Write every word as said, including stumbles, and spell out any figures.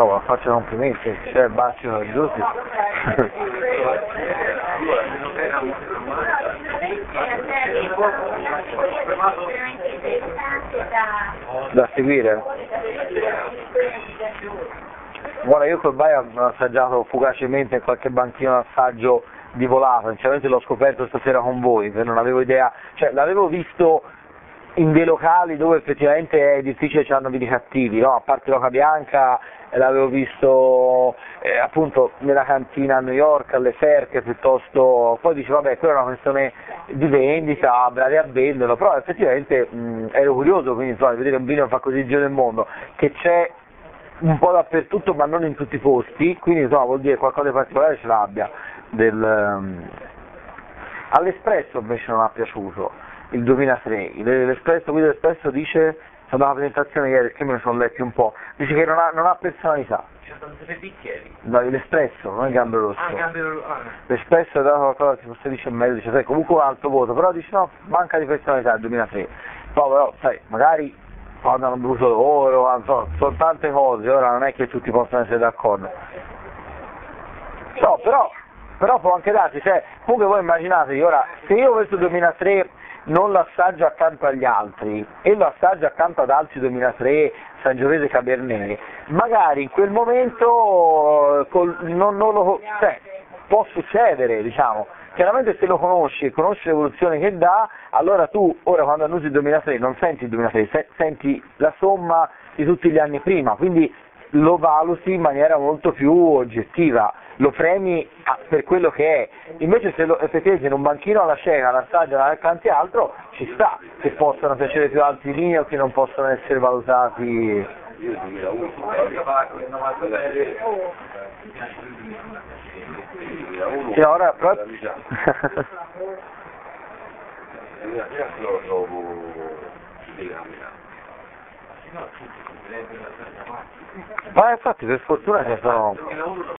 no, faccio complimenti, cioè bacio giusti. Da seguire. Guarda, io col Baia ho assaggiato fugacemente in qualche banchino assaggio di volata, sinceramente l'ho scoperto stasera con voi, perché non avevo idea, cioè l'avevo visto in dei locali dove effettivamente è difficile c'hanno vini cattivi, no? A parte l'Oca Bianca l'avevo visto eh, appunto nella cantina a New York, alle Ferche, piuttosto, poi dice vabbè quella è una questione di vendita, bravi a venderlo, però effettivamente mh, ero curioso, quindi insomma, vedere un vino che fa così il giro del mondo, che c'è un po' dappertutto ma non in tutti i posti, quindi insomma vuol dire qualcosa di particolare ce l'abbia. Del, um... all'Espresso invece non ha piaciuto il duemilatré, l'Espresso, qui dell'Espresso dice, sono alla presentazione ieri perché me ne sono letti un po', dice che non ha, non ha personalità. Ci sono tre bicchieri? No, l'Espresso, non il Gambero Rosso. Ah, Gambero ah. L'Espresso è dato qualcosa tipo sedici e mezzo, dice sai, comunque un alto voto, però dice no, manca di personalità il duemilatré. Poi però, sai, magari quando hanno bevuto loro, insomma, sono tante cose, ora non è che tutti possono essere d'accordo. No, però, però può anche darsi, cioè, comunque voi immaginatevi, ora, se io questo duemilatré non lo assaggio accanto agli altri e lo assaggio accanto ad altri duemilatré, Sangiovese, Cabernet, magari in quel momento col, non, non lo, cioè, può succedere, diciamo. Chiaramente se lo conosci e conosci l'evoluzione che dà, allora tu ora quando annusi il duemilatré non senti il duemilatré, se, senti la somma di tutti gli anni prima, quindi lo valuti in maniera molto più oggettiva, lo premi per quello che è. Invece se lo effettivamente in un banchino alla cieca, all'assaggio, accanto a altro, ci sta, che possono piacere più altri vini o che non possono essere valutati. Sì, ora però... Ma infatti per fortuna ci sono...